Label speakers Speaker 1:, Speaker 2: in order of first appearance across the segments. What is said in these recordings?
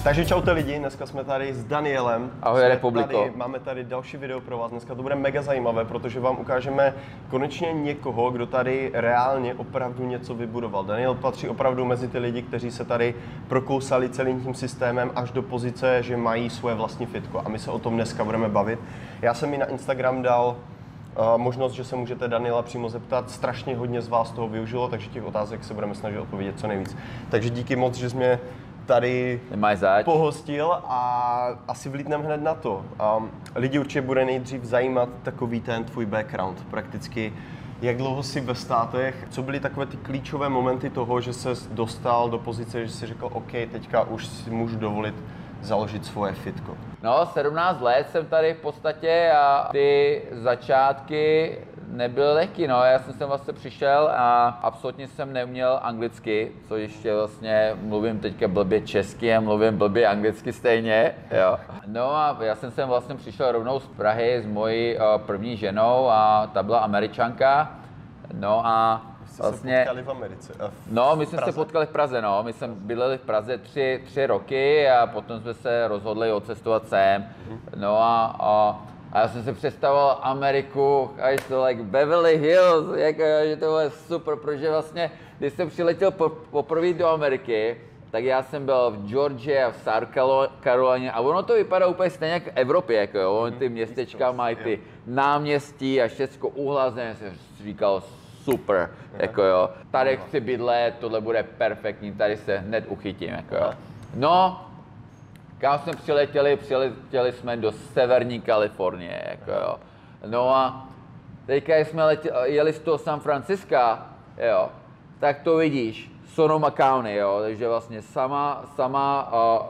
Speaker 1: Takže čaute lidi, dneska jsme tady s Danielem.
Speaker 2: Ahoj republiko.
Speaker 1: Máme tady další video pro vás, dneska to bude mega zajímavé, protože vám ukážeme konečně někoho, kdo tady reálně opravdu něco vybudoval. Daniel patří opravdu mezi ty lidi, kteří se tady prokousali celým tím systémem až do pozice, že mají svoje vlastní fitko. A my se o tom dneska budeme bavit. Já jsem mi na Instagram dal možnost, že se můžete Daniela přímo zeptat. Strašně hodně z vás toho využilo, takže těch otázek se budeme snažit odpovědět co nejvíc. Takže díky moc, že jsme tady pohostil a asi vlítneme hned na to. Lidi určitě bude nejdřív zajímat takový ten tvůj background, prakticky jak dlouho jsi ve státech, co byly takové ty klíčové momenty toho, že ses dostal do pozice, že jsi řekl, OK, teďka už si můžu dovolit založit svoje fitko.
Speaker 2: No, 17 let jsem tady v podstatě a ty začátky nebyly lehký, no. Já jsem sem vlastně přišel a absolutně jsem neuměl anglicky, co ještě vlastně mluvím teďka blbě česky a mluvím blbě anglicky stejně, jo. No a já jsem sem vlastně přišel rovnou z Prahy s mojí první ženou a ta byla Američanka, no a
Speaker 1: vlastně se potkali v Americe.
Speaker 2: No, my jsme se potkali v Praze, no. My jsme bydleli v Praze tři roky a potom jsme se rozhodli odcestovat sem. No a já jsem si představoval Ameriku, až to like Beverly Hills, jako, že to bylo super, protože vlastně, když jsem přiletěl poprvé do Ameriky, tak já jsem byl v Georgii a v South Carolině a ono to vypadá úplně stejně jak v Evropě, jako jo. Ty městečka mají ty náměstí a všechno uhlazené, jsem říkal, super, jako jo. Tady chci bydlet, tohle bude perfektní, tady se hned uchytím, jako jo. No, kam jsme přiletěli jsme do severní Kalifornie, jako jo. No a teďka jsme jeli z toho San Francisca, jo, tak to vidíš, Sonoma County, jo, takže vlastně sama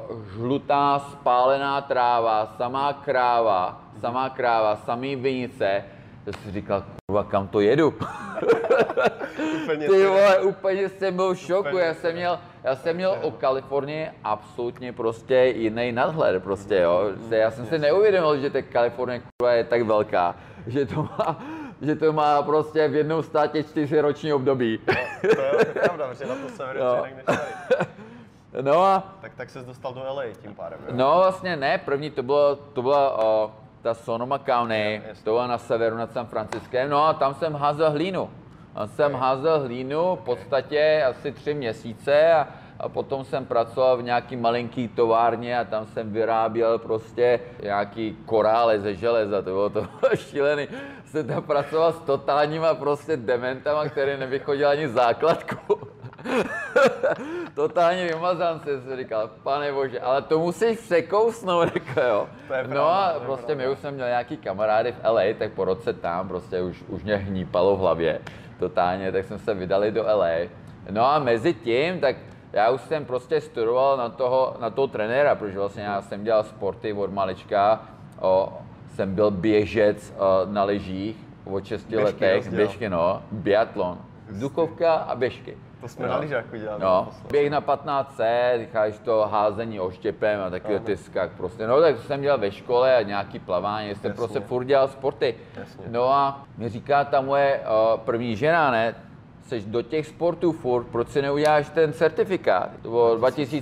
Speaker 2: žlutá spálená tráva, samá kráva, samý vinice. To jsi říkal, kurva, kam to jedu? Ty vole, úplně jsem byl v šoku, já jsem měl o Kalifornii absolutně prostě jiný nadhled prostě, jo. Já jsem si neuvědomil, že ta Kalifornie kurva je tak velká, že to má prostě v jednom státě 4roční období.
Speaker 1: No, to je pravda, protože na to severu jinak než tady.
Speaker 2: No a...
Speaker 1: Tak ses dostal do LA tím pádem, jo?
Speaker 2: No vlastně ne, první to byla ta Sonoma County, to byla na severu nad San Franciskem, no a tam jsem házel hlínu. Házel hlínu v podstatě asi 3 měsíce a potom jsem pracoval v nějaký malinký továrně a tam jsem vyráběl prostě nějaký korály ze železa, to bylo šílený. Jsem tam pracoval s totálníma prostě dementama, který nevychodil ani základku. Totálně vymazán jsem říkal, pane bože, ale to musíš překousnout, jako jo. No a prostě my už jsme měli nějaký kamarády v LA, tak po roce tam prostě už mě hnípalo v hlavě totálně, tak jsme se vydali do LA. No a mezi tím, tak já už jsem prostě studoval na toho trenéra, protože vlastně já jsem dělal sporty od malička, jsem byl běžec na lyžích od 6 letech, běžky, no, biatlon, vzduchovka a běžky.
Speaker 1: To jsme na lyžáku dělali.
Speaker 2: No, běh na 1500, říkáš to házení oštěpem a takový ty skak prostě. No tak jsem dělal ve škole a nějaký plavání, jsem prostě furt dělal sporty.
Speaker 1: Jasně.
Speaker 2: No a mi říká ta moje první žena, ne, seš do těch sportů furt, proč si neuděláš ten certifikát? To bylo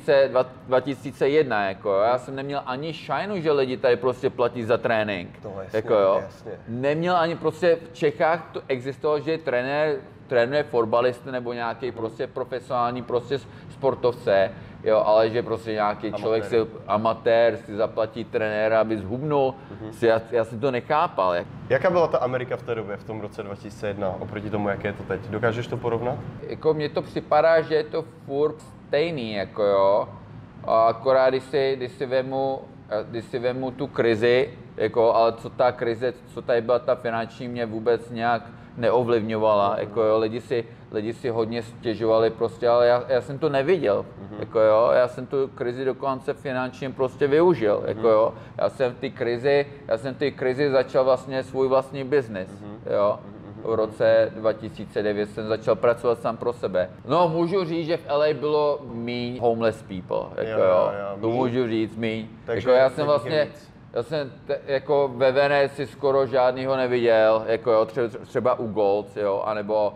Speaker 2: 2001, jako já jsem neměl ani šajnu, že lidi tady prostě platí za trénink.
Speaker 1: To jasně,
Speaker 2: jako jo.
Speaker 1: Jasně.
Speaker 2: Neměl ani prostě v Čechách to existovalo, že trénuje fotbalisty nebo nějaký prostě profesionální prostě sportovce, jo, ale že prostě nějaký člověk amatér si zaplatí trenéra, aby zhubnul, já jsem to nechápal.
Speaker 1: Jaká byla ta Amerika v té době, v tom roce 2001, oproti tomu, jak je to teď? Dokážeš to porovnat?
Speaker 2: Jako mně to připadá, že je to furt stejný, jako jo, a akorát když si vemu tu krizi, jako, ale co ta krize, co tady byla ta finanční, mě vůbec nějak neovlivňovala, jako jo, lidi si hodně stěžovali prostě, ale já jsem to neviděl, jako jo, já jsem tu krizi dokonce finančně prostě využil, jako jo, já jsem v té krizi začal vlastně svůj vlastní biznis, jo. V roce 2009 jsem začal pracovat sám pro sebe. No, můžu říct, že v LA bylo míň homeless people, jako jo. To můžu říct míň.
Speaker 1: Takže
Speaker 2: jako já jsem jako ve Veneci skoro žádnýho neviděl, jako jo, třeba u Golds, jo,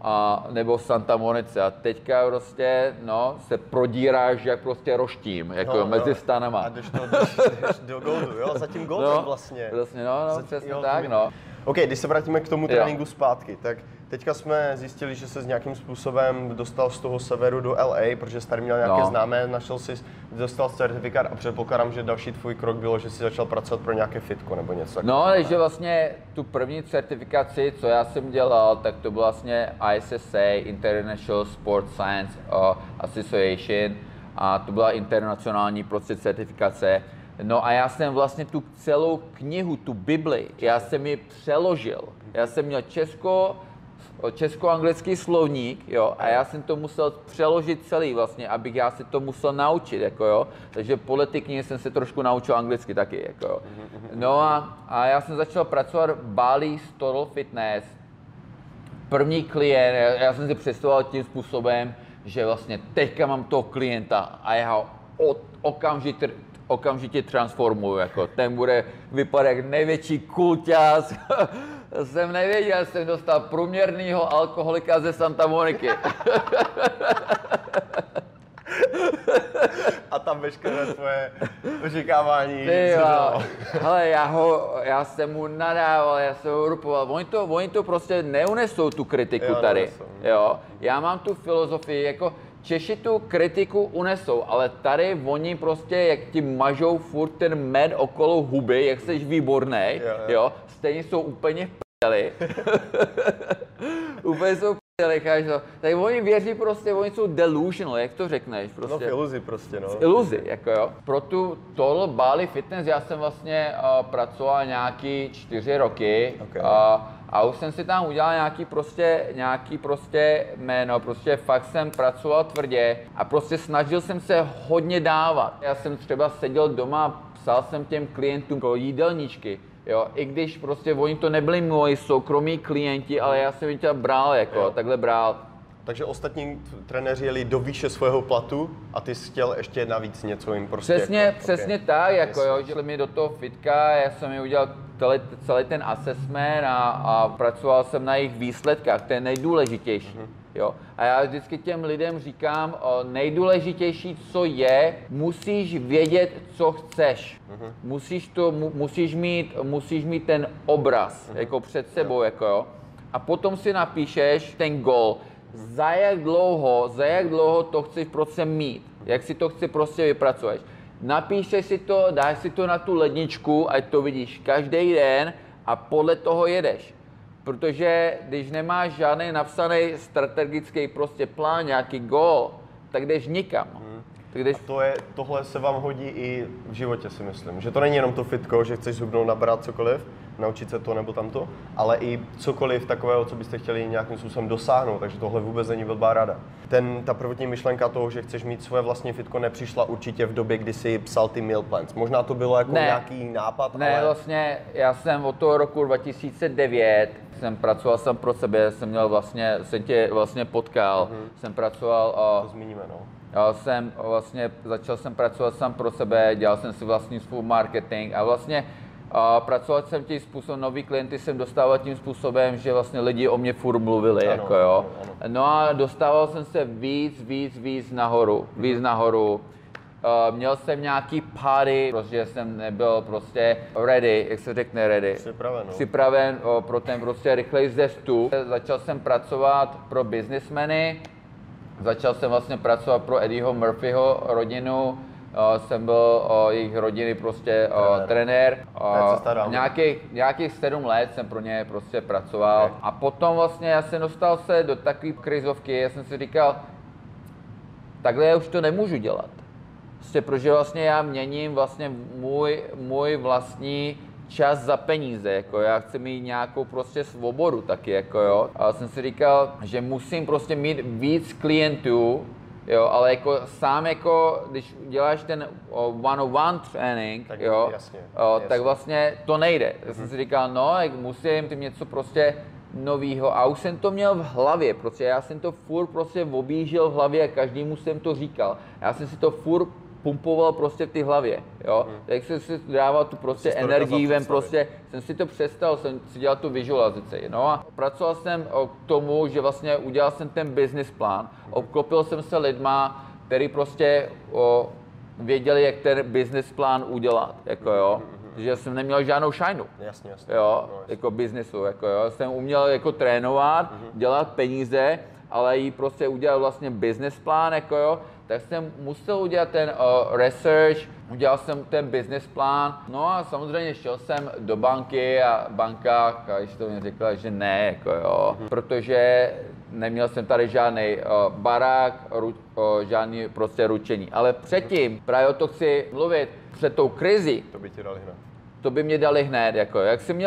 Speaker 2: a nebo v Santa Monice. A teďka prostě, no, se prodíráš jak prostě roštím, jako mezi stanama.
Speaker 1: A jdeš do Goldu, jo? Za tím Goldem vlastně.
Speaker 2: Vlastně, no, přesně tak, no.
Speaker 1: OK, když se vrátíme k tomu tréninku zpátky, tak teďka jsme zjistili, že se s nějakým způsobem dostal z toho severu do LA, protože jsi tady měl nějaké známé, dostal certifikát a předpokládám, že další tvůj krok bylo, že jsi začal pracovat pro nějaké fitko nebo něco.
Speaker 2: No, takže vlastně tu první certifikaci, co já jsem dělal, tak to byla vlastně ISSA, International Sports Science Association, a to byla internacionální prostě certifikace. No a já jsem vlastně tu celou knihu, tu Bibli, já jsem ji přeložil. Já jsem měl česko-anglický slovník, jo, a já jsem to musel přeložit celý vlastně, abych já se to musel naučit, jako jo. Takže podle té knihy jsem se trošku naučil anglicky taky, jako jo. No a já jsem začal pracovat v Bali Total Fitness. První klient, já jsem si představoval tím způsobem, že vlastně teďka mám toho klienta a já ho okamžitě transformuju, jako ten bude vypadat jak největší kulťás. Jsem nevěděl, jsem dostal průměrného alkoholika ze Santa Moniky.
Speaker 1: A tam veškeré tvoje očekávání.
Speaker 2: Hele, já jsem mu nadával, já jsem ho rupoval. Oni to prostě neunesou tu kritiku tady. Jo. Já mám tu filozofii, jako Češi tu kritiku unesou, ale tady oni prostě, jak ti mažou furt ten med okolo huby, jak jsi výborný, jo, stejně jsou úplně v prdeli. Úplně jsou v prdeli, cháš to. Tak oni věří prostě, oni jsou delusional, jak to řekneš prostě.
Speaker 1: No v iluzi prostě, no.
Speaker 2: V iluzi, jako jo. Pro tu Total Bali Fitness já jsem vlastně pracoval nějaký 4 roky.
Speaker 1: Okay.
Speaker 2: A už jsem si tam udělal nějaký prostě jméno, prostě fakt jsem pracoval tvrdě a prostě snažil jsem se hodně dávat. Já jsem třeba seděl doma, psal jsem těm klientům jídelníčky, jo, i když prostě oni to nebyli moji soukromí klienti, ale já jsem je bral, jako, takhle bral.
Speaker 1: Takže ostatní trenéři jeli do výše svého platu a ty jsi chtěl ještě navíc něco jim prostě.
Speaker 2: Přesně tak, jako jo, že mi do toho fitka, já jsem mi udělal celý ten assessment a pracoval jsem na jejich výsledkách, to je nejdůležitější. Jo. A já vždycky těm lidem říkám, nejdůležitější, co je, musíš vědět, co chceš. Musíš mít ten obraz jako před sebou, jako jo. A potom si napíšeš ten goal. Za jak dlouho to chceš prostě mít, jak si to chci prostě vypracovat. Napíšeš si to, dáš si to na tu ledničku, ať to vidíš každý den a podle toho jedeš. Protože když nemáš žádný napsaný strategický prostě plán, nějaký goal, tak jdeš nikam.
Speaker 1: A tohle se vám hodí i v životě, si myslím. Že to není jenom to fitko, že chceš zhubnout, nabrat cokoliv, naučit se to nebo tamto, ale i cokoliv takového, co byste chtěli nějakým způsobem dosáhnout, takže tohle vůbec není blbá rada. Ta prvotní myšlenka toho, že chceš mít svoje vlastní fitko, nepřišla určitě v době, kdy jsi psal ty meal plans. Možná to bylo jako nějaký nápad,
Speaker 2: ale... vlastně já jsem od toho roku 2009 jsem pracoval sám pro sebe, jsem tě vlastně potkal, jsem pracoval...
Speaker 1: To zmíníme, no.
Speaker 2: Začal jsem pracovat sám pro sebe, dělal jsem si vlastní svůj marketing a vlastně pracoval jsem tím způsobem, nový klienty jsem dostával tím způsobem, že vlastně lidi o mě furt mluvili, ano, jako jo. Ano. No a dostával jsem se víc nahoru. Měl jsem nějaký party, protože jsem nebyl prostě ready, jak se řekne ready. Připraven pro ten prostě rychlej vzestup. Začal jsem pracovat pro businessmeny. Začal jsem vlastně pracovat pro Eddieho Murphyho rodinu, jsem byl jejich rodiny prostě trenér. Nějakých 7 let jsem pro ně prostě pracoval. A potom vlastně já jsem dostal se do takové krizovky, já jsem si říkal, takhle já už to nemůžu dělat. Prostě, protože vlastně já měním vlastně můj vlastní čas za peníze, jako já chci mít nějakou prostě svobodu taky, jako jo. A jsem si říkal, že musím prostě mít víc klientů, jo, ale jako sám jako, když děláš ten one-on-one trénink, tak, jo, jasně. Tak vlastně to nejde. Já jsem si říkal, no, musím tím něco prostě novýho a už jsem to měl v hlavě, protože já jsem to furt prostě objížděl v hlavě a každému jsem to říkal. Já jsem si to furt pumpoval prostě v té hlavě, jo. Jak jsem si dával tu prostě energii ven, prostě jsem si to přestal, jsem si dělal tu vizualizaci, no a pracoval jsem k tomu, že vlastně udělal jsem ten business plán, obklopil jsem se lidma, který prostě věděli, jak ten business plán udělat, jako jo. Že jsem neměl žádnou šajnu,
Speaker 1: Jasně.
Speaker 2: jo, jako biznesu, jako jo. Jsem uměl jako trénovat, dělat peníze, ale i prostě udělat vlastně business plán, jako jo. Tak jsem musel udělat ten research, udělal jsem ten business plán, no a samozřejmě šel jsem do banky a banka, když to mi řekla, že ne, jako jo, protože neměl jsem tady žádný barák, žádný prostě ručení. Ale předtím, právě o to chci mluvit, před tou krizi,
Speaker 1: To by ti dali hned.
Speaker 2: to by mě dali hned, jako jak jsem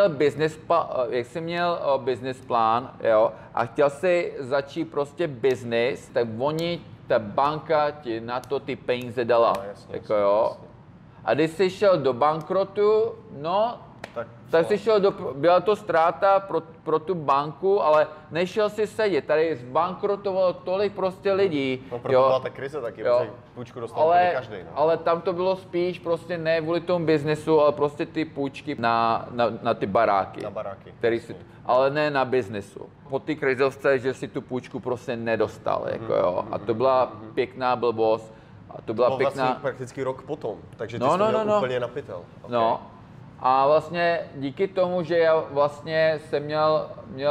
Speaker 2: měl business plán, jo, a chtěl si začít prostě business, tak ta banka ti na to ty peníze dala,
Speaker 1: jasně,
Speaker 2: jako jo. A když jsi šel do bankrotu, no, tak jsi šel byla to ztráta pro tu banku, ale nešel si sedět, tady zbankrotovalo tolik prostě lidí.
Speaker 1: No proto byla ta krize taky, protože půjčku dostal každý. No.
Speaker 2: Ale tam to bylo spíš prostě ne kvůli tomu biznesu, ale prostě ty půjčky na ty baráky.
Speaker 1: Na baráky.
Speaker 2: Ale ne na biznesu. Po té krizovce, že si tu půjčku prostě nedostal, jako jo. A to byla pěkná blbost. A to byla pěkná...
Speaker 1: vlastně prakticky rok potom, takže ty jsi to měl úplně na pytel. Okay.
Speaker 2: No. A vlastně díky tomu, že já vlastně jsem měl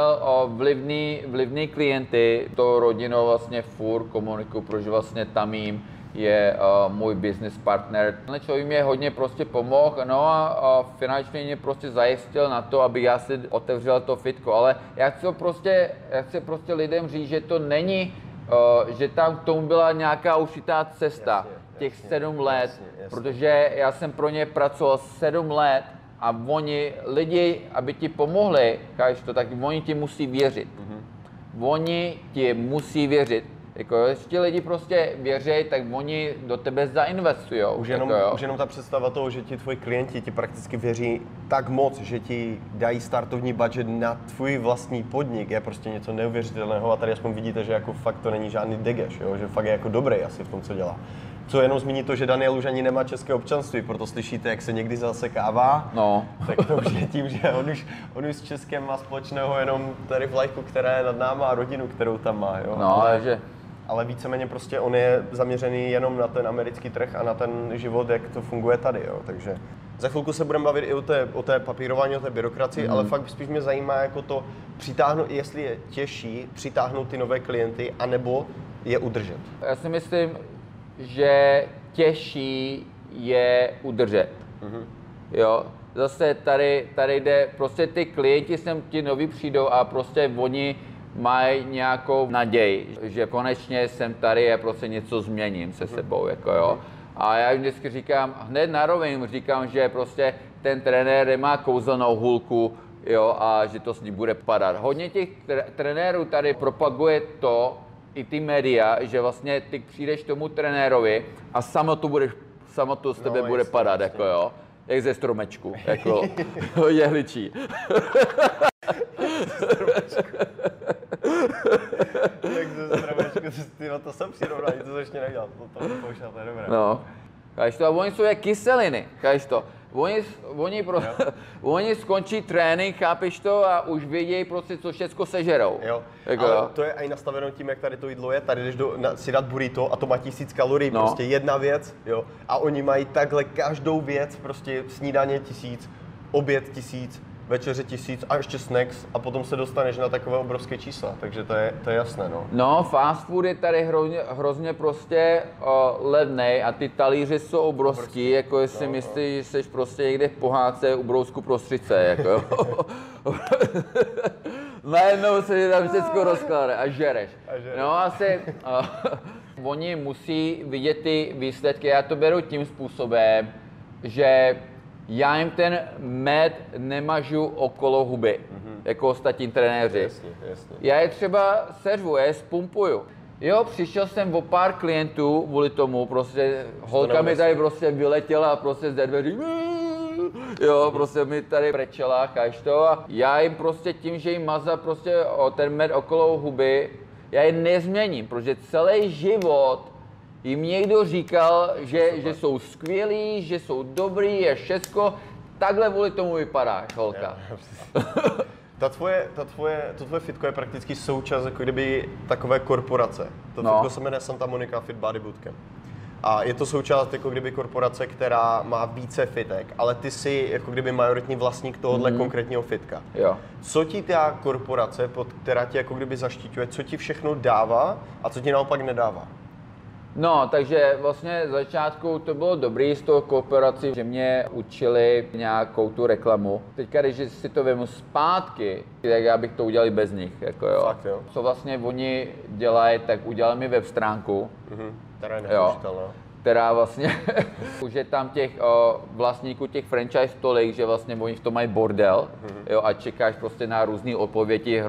Speaker 2: vlivný klienty, to rodinou vlastně furt komunikuju, protože vlastně Tamím je můj business partner. Tenhle člověk mě hodně prostě pomohl, no a finančně mě prostě zajistil na to, aby já si otevřel to fitko, ale já chci prostě lidem říct, že to není, že tam k tomu byla nějaká určitá cesta, těch 7 let,
Speaker 1: jasně.
Speaker 2: protože já jsem pro ně pracoval 7 let, a lidi, aby ti pomohli, tak oni ti musí věřit. Oni ti musí věřit. Jako, jestli lidi prostě věří, tak oni do tebe zainvestují.
Speaker 1: Už jenom ta představa toho, že ti tvoji klienti ti prakticky věří tak moc, že ti dají startovní budget na tvůj vlastní podnik, je prostě něco neuvěřitelného a tady aspoň vidíte, že jako fakt to není žádný degeš, jo? Že fakt je jako dobrý asi v tom, co dělá. Co jenom zmínit to, že Daniel už ani nemá české občanství, proto slyšíte, jak se někdy zasekává.
Speaker 2: No.
Speaker 1: Tak to už je tím, že on už s Českem má společného jenom tady vlajku, která je nad náma a rodinu, kterou tam má. Jo?
Speaker 2: No,
Speaker 1: Ale víceméně prostě on je zaměřený jenom na ten americký trh a na ten život, jak to funguje tady. Jo? Takže za chvilku se budeme bavit i o té papírování, o té byrokracii, ale fakt spíš mě zajímá jako to přitáhnout, jestli je těžší přitáhnout ty nové klienty, anebo je udržet.
Speaker 2: Já si myslím, že těžší je udržet. Jo, zase tady jde, prostě ty klienti sem ti noví přijdou a prostě oni mají nějakou naději, že konečně jsem tady a prostě něco změním se sebou, jako jo. A já jim vždycky říkám, hned na rovinu říkám, že prostě ten trenér nemá kouzelnou hůlku, jo, a že to s ním bude padat. Hodně těch trenérů tady propaguje to, i ty média, že vlastně ty přijdeš tomu trenérovi a samo to z tebe bude padat, jako jo. Jak ze stromečku, jako jehličí.
Speaker 1: Jak ze stromečku, to jsem přirovnal, to jsem ještě nedělal, to pouštěl, to je dobré.
Speaker 2: No, káž to, a oni jsou jak kyseliny, káž to. Oni skončí trénink, chápeš to, a už vědějí prostě, co všechno sežerou.
Speaker 1: Jo,
Speaker 2: jako,
Speaker 1: ale
Speaker 2: jo.
Speaker 1: to je i nastaveno tím, jak tady to jídlo je. Tady jdeš si dát burrito a to má 1000 kalorií,
Speaker 2: no.
Speaker 1: Prostě jedna věc, jo. A oni mají takhle každou věc, prostě snídaně 1000, oběd 1000, večeře 1000 a ještě snacks a potom se dostaneš na takové obrovské čísla, takže to je jasné, no.
Speaker 2: No, fast food je tady hrozně prostě levnej a ty talíře jsou obrovský, jako jestli myslíš, že jsi prostě někde v pohádce u brousku prostřice, jako jo. Najednou se tam všechno rozklade a žereš. No asi, oni musí vidět ty výsledky, já to beru tím způsobem, že já jim ten med nemažu okolo huby, jako ostatní trenéři.
Speaker 1: Jasně.
Speaker 2: Já je třeba seřvu, já je spumpuju. Jo, přišel jsem o pár klientů kvůli tomu, prostě holka mi tady prostě vyletěla prostě ze dveří. Jo, prostě mi tady prečela, cháš to, a já jim prostě tím, že jim mazá prostě ten med okolo huby, já je nezměním, protože celý život jim někdo říkal, že jsou skvělí, že jsou dobrý a všecko. Takhle kvůli tomu vypadáš, holka.
Speaker 1: To tvoje fitko je prakticky součást jako kdyby takové korporace. To fitko se jmenuje Santa Monica Fit Body Bootcamp. A je to součást jako kdyby korporace, která má více fitek, ale ty jsi jako kdyby majoritní vlastník tohohle konkrétního fitka.
Speaker 2: Jo.
Speaker 1: Co ti ta korporace, která tě jako kdyby zaštiťuje, co ti všechno dává a co ti naopak nedává?
Speaker 2: No, takže vlastně z začátku to bylo dobrý z toho kooperaci, že mě učili nějakou tu reklamu. Teďka, když si to vemu zpátky, tak já bych to udělal i bez nich, jako jo.
Speaker 1: Fakt, jo.
Speaker 2: Co vlastně oni dělají, tak udělali mi web stránku.
Speaker 1: Která je nepoužitelná.
Speaker 2: Která vlastně, už je tam těch vlastníků těch franchise tolik, že vlastně oni v tom mají bordel, jo, a čekáš prostě na různé odpovědi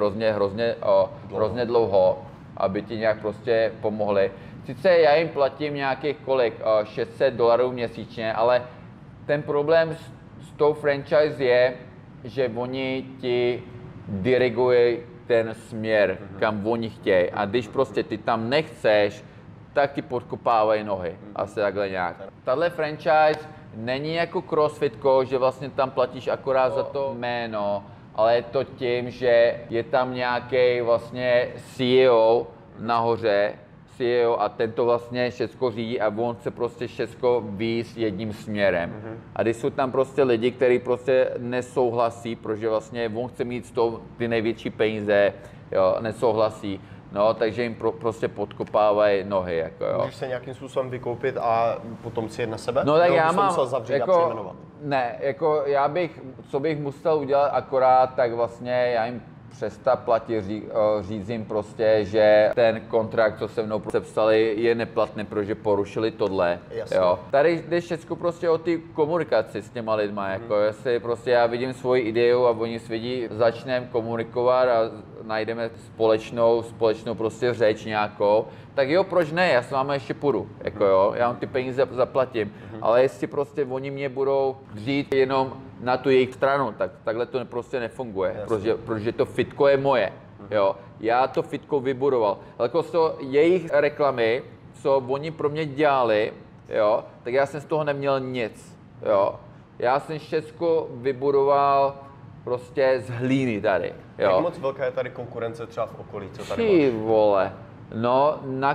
Speaker 2: hrozně dlouho, aby ti nějak prostě pomohli. Sice já jim platím nějakých kolik, $600 měsíčně, ale ten problém s tou franchise je, že oni ti dirigují ten směr, kam oni chtějí. A když prostě ty tam nechceš, tak ti podkopávají nohy. Asi takhle nějak. Tahle franchise není jako CrossFitko, že vlastně tam platíš akorát za to jméno, ale je to tím, že je tam nějaký vlastně CEO nahoře, a ten to vlastně všechno řídí a on se prostě všechno víc jedním směrem. A když jsou tam prostě lidi, kteří prostě nesouhlasí, protože vlastně on chce mít z toho ty největší peníze, jo, nesouhlasí, no, takže jim prostě podkopávají nohy, jako jo.
Speaker 1: Můžeš se nějakým způsobem vykoupit a potom si jet na sebe?
Speaker 2: No tak já
Speaker 1: mám,
Speaker 2: musel
Speaker 1: zavřít
Speaker 2: jako,
Speaker 1: a přejmenovat?
Speaker 2: Ne, jako co bych musel udělat akorát, tak vlastně já jim přestat platit, říct jim prostě, že ten kontrakt, co se mnou sepsali, je neplatný, protože porušili tohle. Jo. Tady jde všechno prostě o ty komunikaci s těma lidma, jako jestli prostě já vidím svoji ideu a oni svědí, začneme komunikovat a najdeme společnou prostě řeč nějakou, tak jo, proč ne, já s vámi ještě půjdu, jako jo, já vám ty peníze zaplatím, ale jestli prostě oni mě budou dřít jenom na tu jejich stranu, tak takhle to prostě nefunguje, protože to fitko je moje, jo. Já to fitko vybudoval. Jako to jejich reklamy, co oni pro mě dělali, jo, tak já jsem z toho neměl nic, jo. Já jsem všechno vybudoval prostě z hlíny tady, jo.
Speaker 1: Jak moc velká je tady konkurence třeba v okolí, co tady
Speaker 2: Ty
Speaker 1: máš?
Speaker 2: vole, no na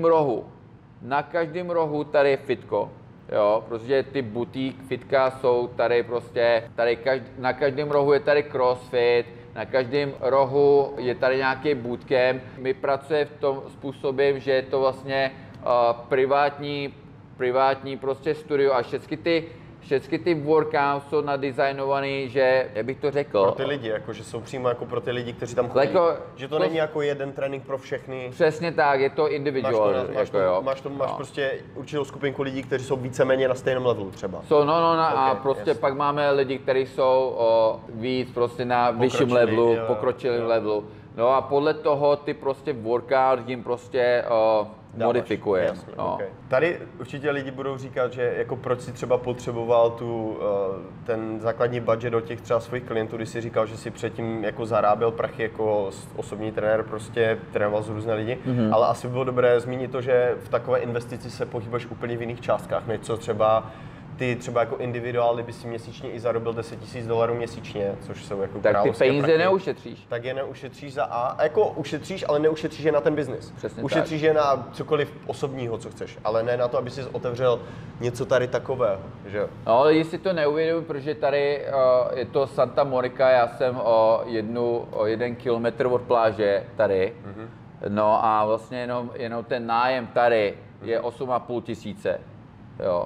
Speaker 2: každém rohu tady je fitko. Jo, protože ty butík fitka jsou tady prostě, na každém rohu je tady CrossFit, na každém rohu je tady nějaký bootcamp. My pracujeme v tom způsobem, že je to vlastně privátní prostě studio a všechny ty workouts jsou nadizajnované, že, jak bych to řekl.
Speaker 1: Pro ty lidi, jako, že jsou přímo jako pro ty lidi, kteří tam chodí. Jako, že to není jako jeden trénink pro všechny.
Speaker 2: Přesně tak, je to individual.
Speaker 1: Máš prostě určitou skupinku lidí, kteří jsou víceméně na stejném levelu třeba.
Speaker 2: A prostě pak máme lidi, kteří jsou víc prostě na vyšším levelu, pokročilém levelu. No a podle toho ty prostě workout jim prostě modifikuje.
Speaker 1: Okay. Tady určitě lidi budou říkat, že jako proč si třeba potřeboval ten základní budget od těch třeba svých klientů, když si říkal, že si předtím jako zaráběl prachy jako osobní trenér, prostě trénoval z různé lidi, ale asi by bylo dobré zmínit to, že v takové investici se pohybuješ úplně v jiných částkách, než co třeba ty třeba jako individuál, by si měsíčně i zarobil $10,000 měsíčně, což jsou jako
Speaker 2: tak ty peníze prachy, neušetříš.
Speaker 1: Tak je neušetříš za A. Jako ušetříš, ale neušetříš je na ten biznis.
Speaker 2: Přesně
Speaker 1: ušetříš
Speaker 2: tak.
Speaker 1: je na cokoliv osobního, co chceš, ale ne na to, aby si otevřel něco tady takového, že jo?
Speaker 2: No, ale jestli to neuvědomím, protože tady je to Santa Monica, já jsem o 1 kilometr od pláže tady, no a vlastně jenom ten nájem tady je 8,5 tisíce. Jo,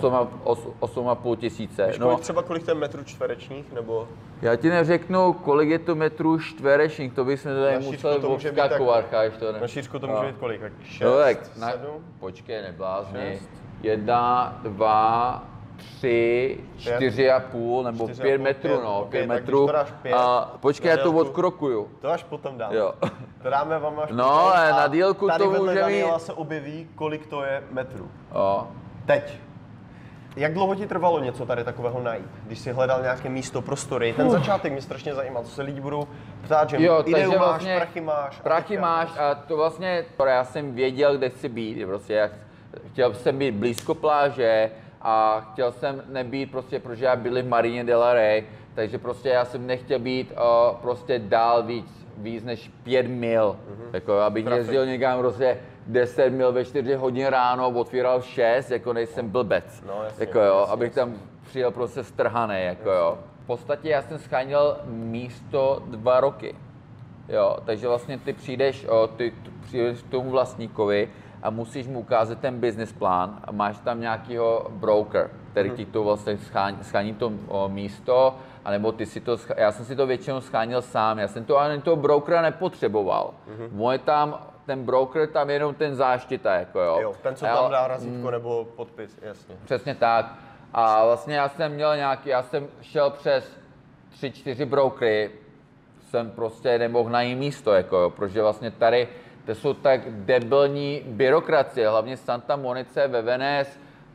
Speaker 2: 8,5 tisíce.
Speaker 1: Víš, kolik to je metrů čtverečních, nebo?
Speaker 2: Já ti neřeknu, kolik je to metrů čtverečních, to bychom tady museli obskakovat, cháš to, ne?
Speaker 1: Na šířku to může být kolik? 6,
Speaker 2: no, tak
Speaker 1: 7?
Speaker 2: Počkej, neblázni. 1, 2, 3, 4,5 nebo 5 metrů, no, 5 metrů. A počkej, já to odkrokuju.
Speaker 1: To až potom dám.
Speaker 2: Jo.
Speaker 1: To dáme vám až
Speaker 2: no, ale na dílku to může
Speaker 1: mít. Tady vedle se objeví, kolik to je metrů.
Speaker 2: Jo.
Speaker 1: Teď. Jak dlouho ti trvalo něco tady takového najít, když jsi hledal nějaké místo, prostory? Ten začátek mě strašně zajímal, co se lidi budou ptát, že ideu máš, vlastně prachy máš.
Speaker 2: Prachy máš a to vlastně, já jsem věděl, kde chci být, prostě chtěl jsem být blízko pláže a chtěl jsem nebýt prostě, protože já bydlím v Marině de la Rey, takže prostě já jsem nechtěl být prostě dál víc než 5 mil. Jako, abych jezdil někam prostě 10 mil ve 4 hodin ráno, otvíral 6, jako nejsem blbec.
Speaker 1: No, jasně,
Speaker 2: jako jo,
Speaker 1: jasně,
Speaker 2: abych tam přijel prostě strhaný, jako jo. V podstatě já jsem scháněl místo 2 roky. Jo, takže vlastně ty přijdeš k tomu vlastníkovi a musíš mu ukázat ten business plán a máš tam nějakýho broker, který ti to vlastně schání to místo, anebo ty si to, já jsem si to většinou schánil sám, já jsem to ani toho brokera nepotřeboval. Moje tam, ten broker tam je jenom ten záštita, jako jo.
Speaker 1: Jo, ten, co tam dá razítko nebo podpis, jasně.
Speaker 2: Přesně tak. A vlastně já jsem šel přes 3-4 brokery, jsem prostě nemohl najít místo, jako jo, protože vlastně tady to jsou tak debilní byrokracie, hlavně Santa Monice ve Venice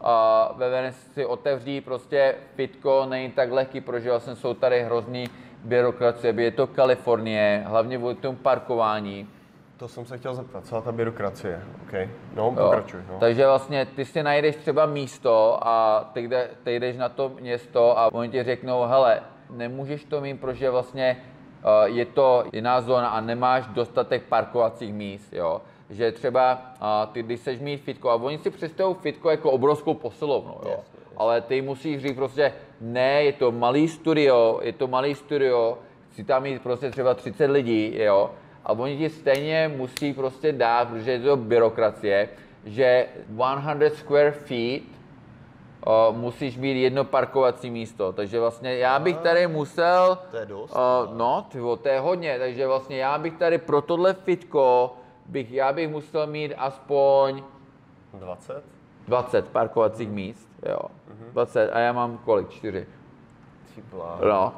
Speaker 2: si otevří prostě fitko, není tak lehký, protože vlastně jsou tady hrozný byrokracie, je to Kalifornie, hlavně kvůli tomu parkování.
Speaker 1: To jsem se chtěl zeptat, celá ta byrokracie, OK. No, pokračuj. No.
Speaker 2: Takže vlastně ty si najdeš třeba místo a ty jdeš na to město a oni ti řeknou, hele, nemůžeš to mít, protože vlastně je to jiná zóna a nemáš dostatek parkovacích míst, jo. Že třeba ty, když chceš mít fitko, a oni si představují fitko jako obrovskou posilovnu, jo. Yes. Ale ty musíš říct prostě, ne, je to malý studio, chci tam mít prostě třeba 30 lidí, jo. A oni ti stejně musí prostě dát, protože je to byrokracie, že 100 square feet musíš mít jedno parkovací místo, takže vlastně já bych tady musel...
Speaker 1: To je dost.
Speaker 2: To je hodně, takže vlastně já bych tady pro tohle fitko, já bych musel mít aspoň...
Speaker 1: 20?
Speaker 2: 20 parkovacích míst, jo. 20 a já mám kolik? 4. No,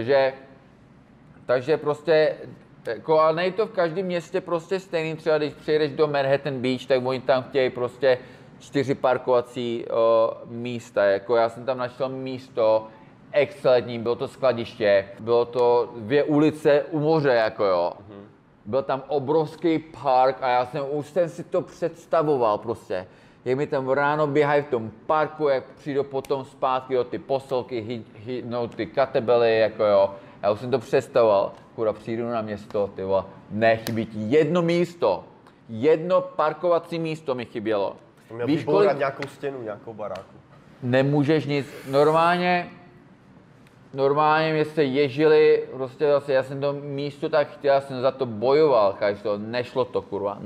Speaker 2: takže prostě, jako, ale nejde to v každém městě prostě stejný, třeba když přijedeš do Manhattan Beach, tak oni tam chtějí prostě 4 parkovací místa, jako já jsem tam našel místo excelentní, bylo to skladiště, bylo to 2 ulice u moře, jako jo. Byl tam obrovský park a už jsem si to představoval prostě. Jak mi tam ráno běhají v tom parku, jak přijdu potom zpátky, jo, ty posilky, ty katebely, jako jo. Já už jsem to představoval, přijdu na město, ty vole, chybí ti jedno místo, jedno parkovací místo mi chybělo.
Speaker 1: Měl bych bourat nějakou stěnu, nějakou baráku.
Speaker 2: Nemůžeš nic, normálně mě se ježili, prostě zase, já jsem to místo tak chtěl, já jsem za to bojoval, nešlo to,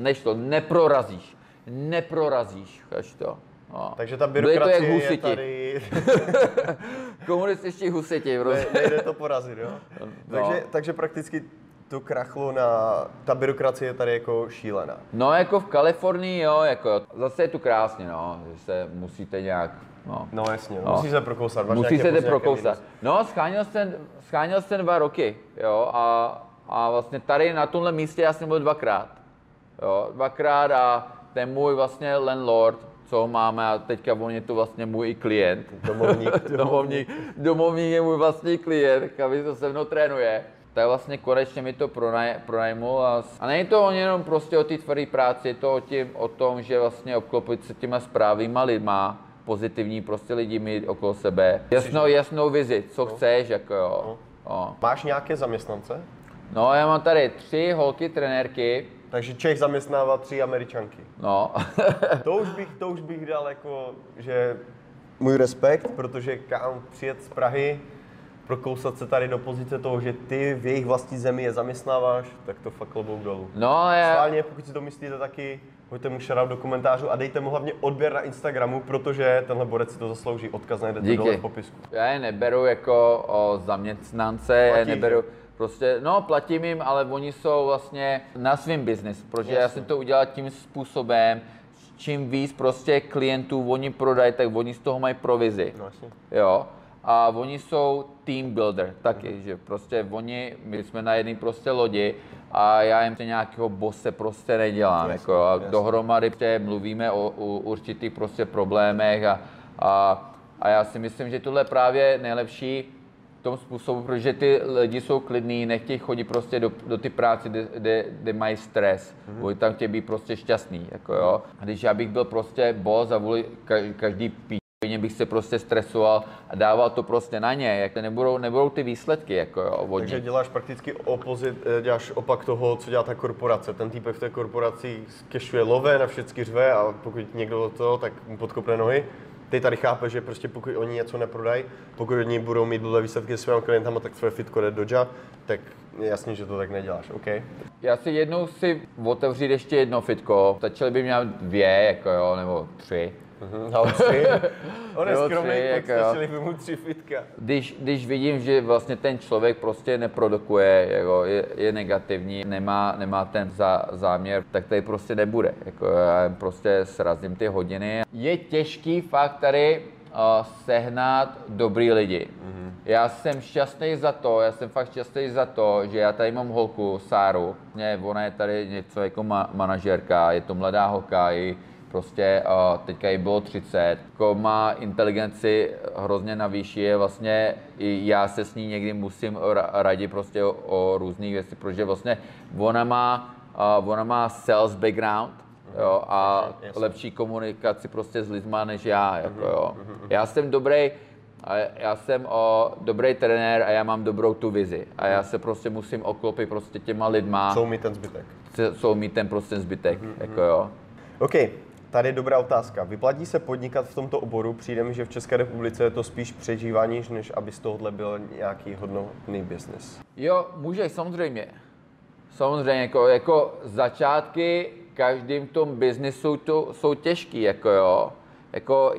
Speaker 2: neprorazíš, to. No.
Speaker 1: Takže ta byrokracie
Speaker 2: je
Speaker 1: tady...
Speaker 2: Komunističtí husiti,
Speaker 1: nejde to porazit, jo?
Speaker 2: No.
Speaker 1: Takže prakticky to krachlo ta byrokracie je tady jako šílená.
Speaker 2: No, jako v Kalifornii, jo, jako, zase je tu krásně, no, že se musíte nějak,
Speaker 1: No jasně, musí se prokousat.
Speaker 2: Musí se prokousat. No, scháněl jsem 2 roky, jo, a vlastně tady na tomhle místě já jsem byl 2krát, jo, 2krát a ten můj vlastně landlord, co máme a teďka on je to vlastně můj klient. Domovník je můj vlastní klient, který to se mnou trénuje. Tak vlastně konečně mi to pronajmul a není to jenom prostě o té tvrdé práci, je to o tom, že vlastně obklopit se těma správnýma lidma, pozitivní prostě lidi mít okolo sebe. Jasnou vizi, co chceš, jako jo.
Speaker 1: Máš nějaké zaměstnance?
Speaker 2: No, já mám tady 3 holky, trenérky.
Speaker 1: Takže Čech zaměstnává 3 Američanky.
Speaker 2: No.
Speaker 1: to už bych dal jako, že můj respekt, protože kam přijet z Prahy, prokousat se tady do pozice toho, že ty v jejich vlastní zemi je zaměstnáváš, tak to fakt klobouk dolů.
Speaker 2: No,
Speaker 1: Schválně, pokud si to myslíte taky, hoďte mu shoutout do komentářů a dejte mu hlavně odběr na Instagramu, protože tenhle borec si to zaslouží. Odkaz najdete dole v popisku.
Speaker 2: Já je neberu jako zaměstnance, já je neberu. Prostě, no, platím jim, ale oni jsou vlastně na svým biznis, protože já jsem to udělal tím způsobem, čím víc prostě klientů oni prodají, tak oni z toho mají provizi.
Speaker 1: No, jasně.
Speaker 2: Jo. A oni jsou team builder taky, že prostě my jsme na jedné prostě lodi a já jim nějakého bose prostě nedělám,
Speaker 1: jasně,
Speaker 2: jako, a dohromady mluvíme o určitých prostě problémech a já si myslím, že tohle je právě nejlepší v tom způsobu, protože ty lidi jsou klidní, nechtějí chodit prostě do ty práce, kde mají stres. Oni tam chtějí být prostě šťastný, jako jo. Když já bych byl prostě boss a vůli každý píčeně bych se prostě stresoval a dával to prostě na ně, jak to nebudou ty výsledky, jako jo.
Speaker 1: Takže děláš prakticky děláš opak toho, co dělá ta korporace. Ten týpek v té korporaci kešuje love, na všechny řve a pokud někdo to, tak mu podkopne nohy. Ty tady chápeš, že prostě pokud oni něco neprodají, pokud oni budou mít blbé výsledky s svými klientama, tak tvoje fitko jde do dža, tak je jasný, že to tak neděláš, OK?
Speaker 2: Já si jednou otevřít ještě jedno fitko, stačily by mě 2, jako jo, nebo 3.
Speaker 1: No, 3. On je skromný, stačily by mu 3 fitka.
Speaker 2: Když vidím, že vlastně ten člověk prostě neprodukuje, jako je negativní, nemá ten záměr, tak tady prostě nebude. Jako já prostě srazím ty hodiny. Je těžký fakt tady sehnat dobrý lidi. Já jsem šťastný za to, že já tady mám holku, Sáru. Ona je tady něco jako manažerka, je to mladá holka, prostě teďka jí bylo 30, jako má inteligenci hrozně na výši, je vlastně i já se s ní někdy musím radit prostě o různých věcech, protože vlastně ona má sales background, jo, a lepší komunikaci prostě s lidma než já, jako jo. Já jsem dobrý trenér a já mám dobrou tu vizi a já se prostě musím oklopit prostě těma lidma.
Speaker 1: Jsou mi ten zbytek.
Speaker 2: Jsou mi ten prostě zbytek, jako jo.
Speaker 1: OK. Tady je dobrá otázka. Vyplatí se podnikat v tomto oboru? Přijde mi, že v České republice je to spíš přežívání, než aby z tohohle byl nějaký hodnotný biznis.
Speaker 2: Jo, může, samozřejmě. Samozřejmě, jako začátky každým tom biznisu jsou těžký, jako jo. Jako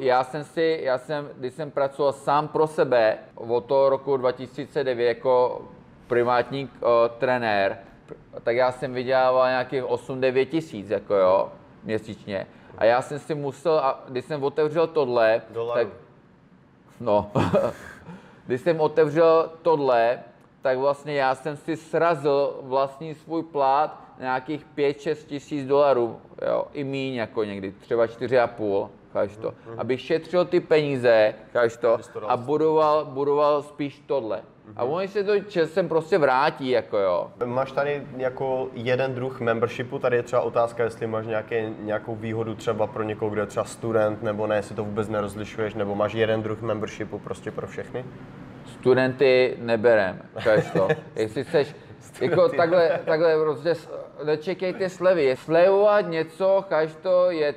Speaker 2: když jsem pracoval sám pro sebe od toho roku 2009 jako privátní trenér, tak já jsem vydělával nějakých 8-9 tisíc, jako jo, měsíčně. A já jsem si musel, když jsem otevřel tohle, tak, no, když jsem otevřel tohle, tak vlastně já jsem si srazil vlastní svůj plat nějakých 5-6 tisíc dolarů, jo, i míň jako někdy, třeba 4,5, cháš to, abych šetřil ty peníze, cháš to, a budoval spíš tohle. A oni se to časem prostě vrátí, jako jo.
Speaker 1: Máš tady jako jeden druh membershipu, tady je třeba otázka, jestli máš nějakou výhodu třeba pro někoho, kdo je třeba student, nebo ne, jestli to vůbec nerozlišuješ, nebo máš jeden druh membershipu prostě pro všechny?
Speaker 2: Studenty neberem, cháš to. Jestli chceš, jako takhle prostě nečekejte slevy. Slevovat něco, cháš to, je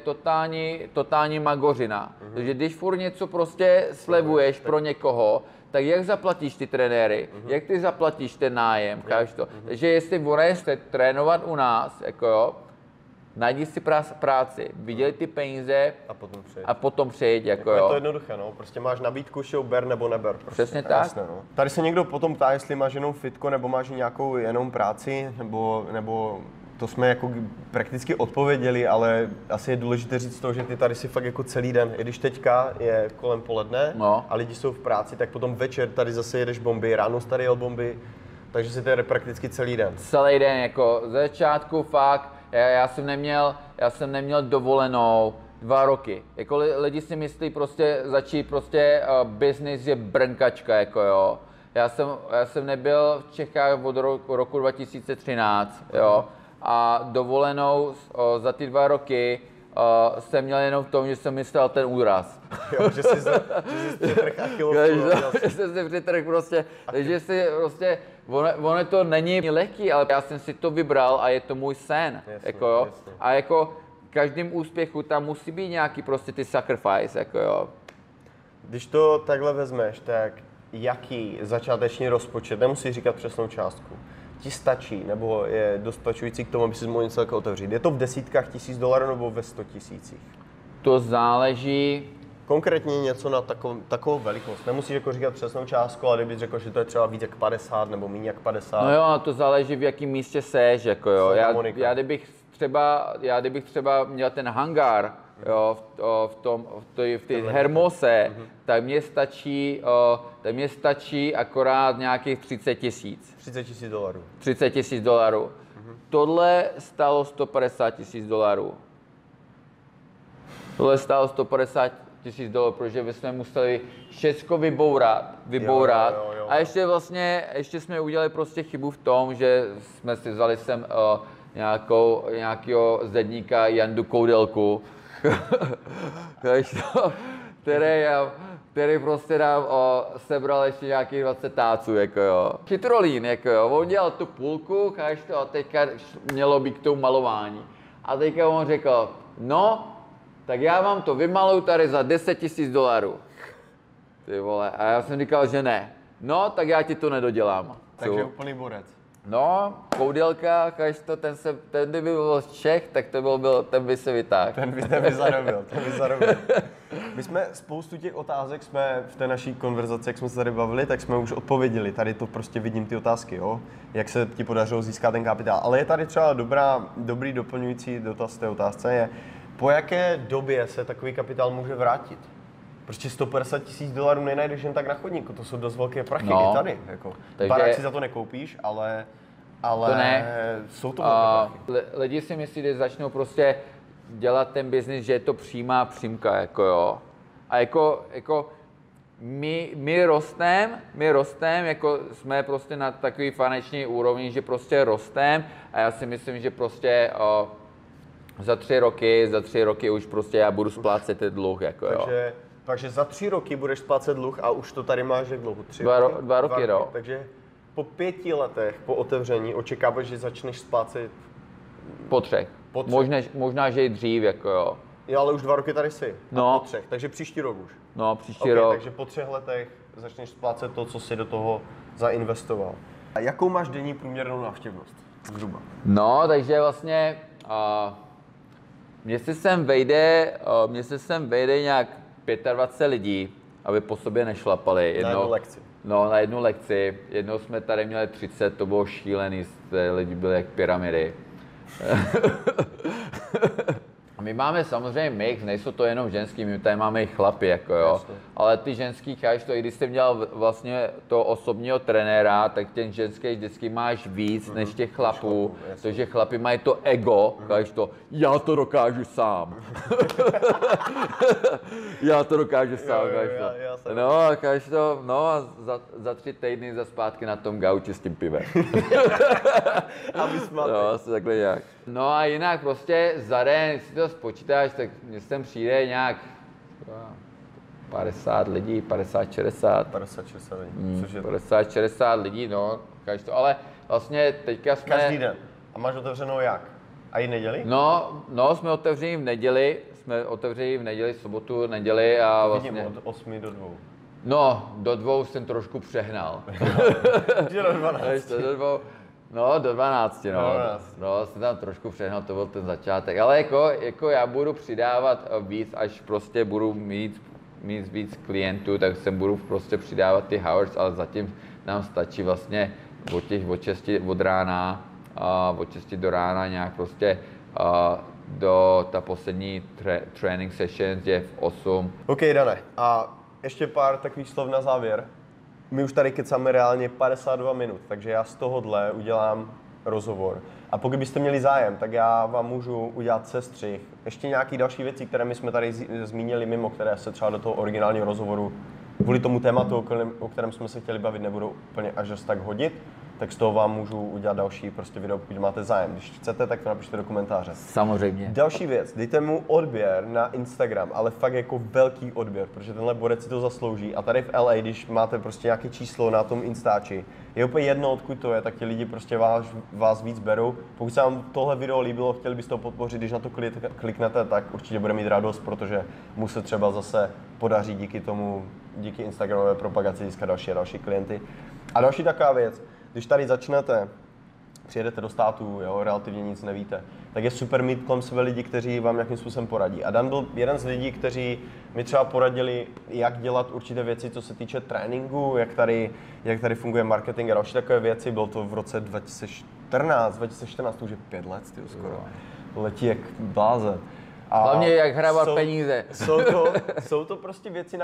Speaker 2: totální magořina. Takže když furt něco prostě slevuješ pro někoho, tak jak zaplatíš ty trenéry, jak ty zaplatíš ten nájem, cháš to. Takže jestli budete trénovat u nás, jako jo, najdi si práci, vydělej ty peníze a potom přejď, jako jo.
Speaker 1: Je to jednoduché, no, prostě máš nabídku, show ber nebo neber. Prostě.
Speaker 2: Přesně tak.
Speaker 1: Jasné, no. Tady se někdo potom ptá, jestli máš jenom fitko nebo máš nějakou jenom práci, nebo to jsme jako prakticky odpověděli, ale asi je důležité říct to, že ty tady si fakt jako celý den, i když teďka je kolem poledne a lidi jsou v práci, tak potom večer tady zase jedeš bomby, ráno jsi tady jel bomby, takže si tady prakticky celý den.
Speaker 2: Celý den, jako z začátku fakt, já jsem neměl dovolenou 2 roky. Jako lidi si myslí prostě začít business je brnkačka, jako jo. Já jsem nebyl v Čechách od roku 2013, jo. A dovolenou za ty 2 roky jsem měl jenom v tom, že jsem myslel ten úraz.
Speaker 1: Jo, že jsi přetrh achilovku.
Speaker 2: Že jsem si přetrh prostě, že si prostě, ono to není lehký, ale já jsem si to vybral a je to můj sen.
Speaker 1: Jasně,
Speaker 2: jako jo.
Speaker 1: Jasně.
Speaker 2: A jako v každém úspěchu tam musí být nějaký prostě ty sacrifice, jako jo.
Speaker 1: Když to takhle vezmeš, tak jaký začáteční rozpočet, nemusíš říkat přesnou částku, ti stačí, nebo je dostačující k tomu, aby si mohl něco takové otevřít? Je to v desítkách tisíc dolarů nebo ve 100 tisících?
Speaker 2: To záleží.
Speaker 1: Konkrétně něco na takovou velikost. Nemusíš jako říkat přesnou částku, ale kdybych řekl, že to je třeba víc jak 50 nebo méně jak 50.
Speaker 2: No jo, a to záleží, v jakém místě seš, jako jo. Já kdybych třeba měl ten hangár, jo, v té Hermose, tak mě stačí akorát nějakých 30 tisíc.
Speaker 1: 30 tisíc dolarů.
Speaker 2: 30 tisíc dolarů. Tohle stálo 150 tisíc dolarů. Tohle stálo 150 000 dolarů, protože bychom museli všechno vybourat.
Speaker 1: Jo.
Speaker 2: A ještě jsme udělali prostě chybu v tom, že jsme si vzali sem nějakého zedníka Jandu Koudelku, který prostě nám sebral ještě nějakých 20 táců, jako jo. Chytrolín, jako jo. On dělal tu půlku, a teďka mělo být k tomu malování. A teďka on řekl, no, tak já vám to vymaluju tady za 10 000 dolarů. Ty vole, a já jsem říkal, že ne. No, tak já ti to nedodělám.
Speaker 1: Takže úplný borec.
Speaker 2: No, Koudelka, ten kdyby byl z Čech, tak ten by se vytáhl.
Speaker 1: Ten by zarobil. My jsme spoustu těch otázek v té naší konverzaci, jak jsme se tady bavili, tak jsme už odpověděli. Tady to prostě vidím ty otázky, jo? Jak se ti podařilo získat ten kapitál. Ale je tady třeba dobrý doplňující dotaz té otázce je, po jaké době se takový kapitál může vrátit? Prostě 150 000 dolarů nenajdeš jen tak na chodníku, to jsou dost velké prachy, i tady. Jako. Barák si za to nekoupíš, ale
Speaker 2: to ne.
Speaker 1: Jsou to velké prachy.
Speaker 2: Lidi si myslí, že začnou prostě dělat ten biznis, že je to přímá přímka, jako jo. A jako my rostem, jako jsme prostě na takový finanční úrovni, že prostě rostem a já si myslím, že prostě za 3 roky už prostě já budu splácet ten dluh, jako jo.
Speaker 1: Takže za 3 roky budeš splácet dluh a už to tady máš jak dlouho?
Speaker 2: 2 roky, no.
Speaker 1: Takže po 5 letech po otevření očekáváš, že začneš splácet?
Speaker 2: Po 3. Možná, že i dřív, jako jo.
Speaker 1: Jo, ale už 2 roky tady jsi.
Speaker 2: No.
Speaker 1: Po 3, takže příští rok už.
Speaker 2: No, příští rok.
Speaker 1: Takže po 3 letech začneš splácet to, co jsi do toho zainvestoval. A jakou máš denní průměrnou návštěvnost? Zhruba.
Speaker 2: No, takže vlastně mně se sem vejde nějak 25 lidí, aby po sobě nešlapali.
Speaker 1: Na jednu lekci.
Speaker 2: No, na jednu lekci. Jednou jsme tady měli 30, to bylo šílený, lidi byli jak pyramidy. My máme samozřejmě mix, nejsou to jenom ženský, my tady máme i chlapy, jako jo.
Speaker 1: Jasně.
Speaker 2: Ale ty ženský, káž to, i když jsi měl vlastně toho osobního trenéra, tak ten ženský vždycky máš víc než těch chlapů, protože chlapi mají to ego, káž to, já to dokážu sám. Já to dokážu sám, káž to. No, káž to, no a za 3 týdny zpátky na tom gauči s tím pivem.
Speaker 1: Aby smatý.
Speaker 2: No, asi takhle nějak. No a jinak prostě za den, když si to spočítáš, tak mě sem přijde nějak 50 lidí, 50-60.
Speaker 1: 50-60 lidí,
Speaker 2: 50-60 lidí, no, to, ale vlastně teďka jsme...
Speaker 1: Každý den. A máš otevřenou jak? A i neděli?
Speaker 2: No, jsme otevření v neděli, sobotu, neděli a vlastně...
Speaker 1: Vidím, od 8 do 2.
Speaker 2: No, do 2 jsem trošku přehnal.
Speaker 1: Že do 12.
Speaker 2: No, do 12, no. No, jsem tam trošku přehnal, to byl ten začátek. Ale jako já budu přidávat víc, až prostě budu mít víc klientů, tak sem budu prostě přidávat ty hours, ale zatím nám stačí vlastně od 6 od rána, od 6 do rána nějak prostě do ta poslední training session je v 8.
Speaker 1: OK, Dane, a ještě pár takových slov na závěr. My už tady kecáme reálně 52 minut, takže já z tohohle udělám rozhovor. A pokud byste měli zájem, tak já vám můžu udělat sestřih. Ještě nějaké další věci, které my jsme tady zmínili mimo, které se třeba do toho originálního rozhovoru kvůli tomu tématu, o kterém jsme se chtěli bavit, nebudou úplně až tak hodit, tak z toho vám můžu udělat další prostě video, pokud máte zájem. Když chcete, tak to napište do komentáře.
Speaker 2: Samozřejmě.
Speaker 1: Další věc, dejte mu odběr na Instagram, ale fakt jako velký odběr, protože tenhle borec si to zaslouží. A tady v LA, když máte prostě nějaké číslo na tom Instači, je úplně jedno, odkud to je, tak ti lidi prostě vás víc berou. Pokud se vám tohle video líbilo, chtěli byste ho podpořit, když na to kliknete, tak určitě bude mít radost, protože mu se třeba zase podaří díky Instagramové propagaci získat další a další klienty. A další taková věc, když tady začnete, přijedete do státu, jo, relativně nic nevíte, tak je super mít kolem sebe lidi, kteří vám nějakým způsobem poradí. A Dan byl jeden z lidí, kteří mi třeba poradili, jak dělat určité věci, co se týče tréninku, jak tady funguje marketing a další takové věci. Bylo to v roce 2014, to už je 5 let, tyjo, skoro. Letí jak blázen. A
Speaker 2: hlavně jak hrávat peníze.
Speaker 1: Jsou to prostě věci,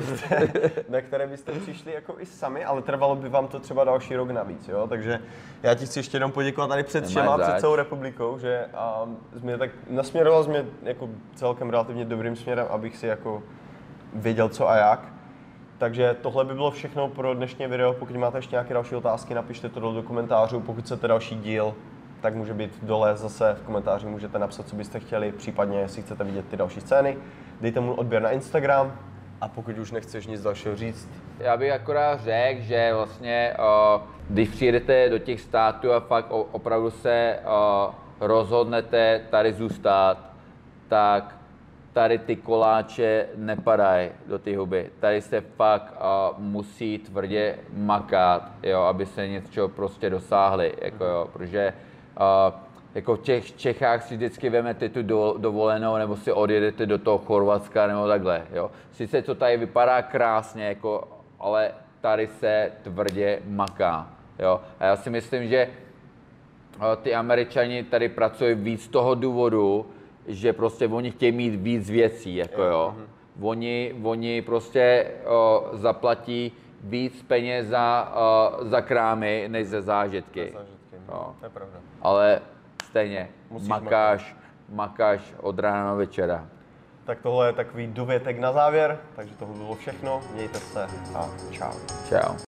Speaker 1: na které byste přišli jako i sami, ale trvalo by vám to třeba další rok navíc, jo? Takže já ti chci ještě jenom poděkovat tady před celou republikou, že nasměroval jsi mě jako celkem relativně dobrým směrem, abych si jako věděl co a jak. Takže tohle by bylo všechno pro dnešní video. Pokud máte ještě nějaké další otázky, napište to do komentářů. Pokud chcete další díl, tak může být dole zase v komentáři, můžete napsat, co byste chtěli, případně jestli chcete vidět ty další scény. Dejte mu odběr na Instagram a pokud už nechceš nic dalšího říct.
Speaker 2: Já bych akorát řekl, že vlastně, když přijedete do těch států a fakt opravdu se rozhodnete tady zůstat, tak tady ty koláče nepadají do ty huby. Tady se fakt musí tvrdě makat, jo, aby se něco prostě dosáhli, jako, jo, protože jako v těch Čechách si vždycky vezmete tu dovolenou nebo si odjedete do toho Chorvatska nebo takhle, jo. Sice to tady vypadá krásně, jako, ale tady se tvrdě maká, jo. A já si myslím, že ty Američani tady pracují víc z toho důvodu, že prostě oni chtějí mít víc věcí, jako jo. Oni prostě zaplatí víc peněz za krámy, než za zážitky.
Speaker 1: To je pravda.
Speaker 2: Ale stejně, makáš od rána do večera.
Speaker 1: Tak tohle je takový dovětek na závěr, takže tohle bylo všechno. Mějte se a čau.
Speaker 2: Čau.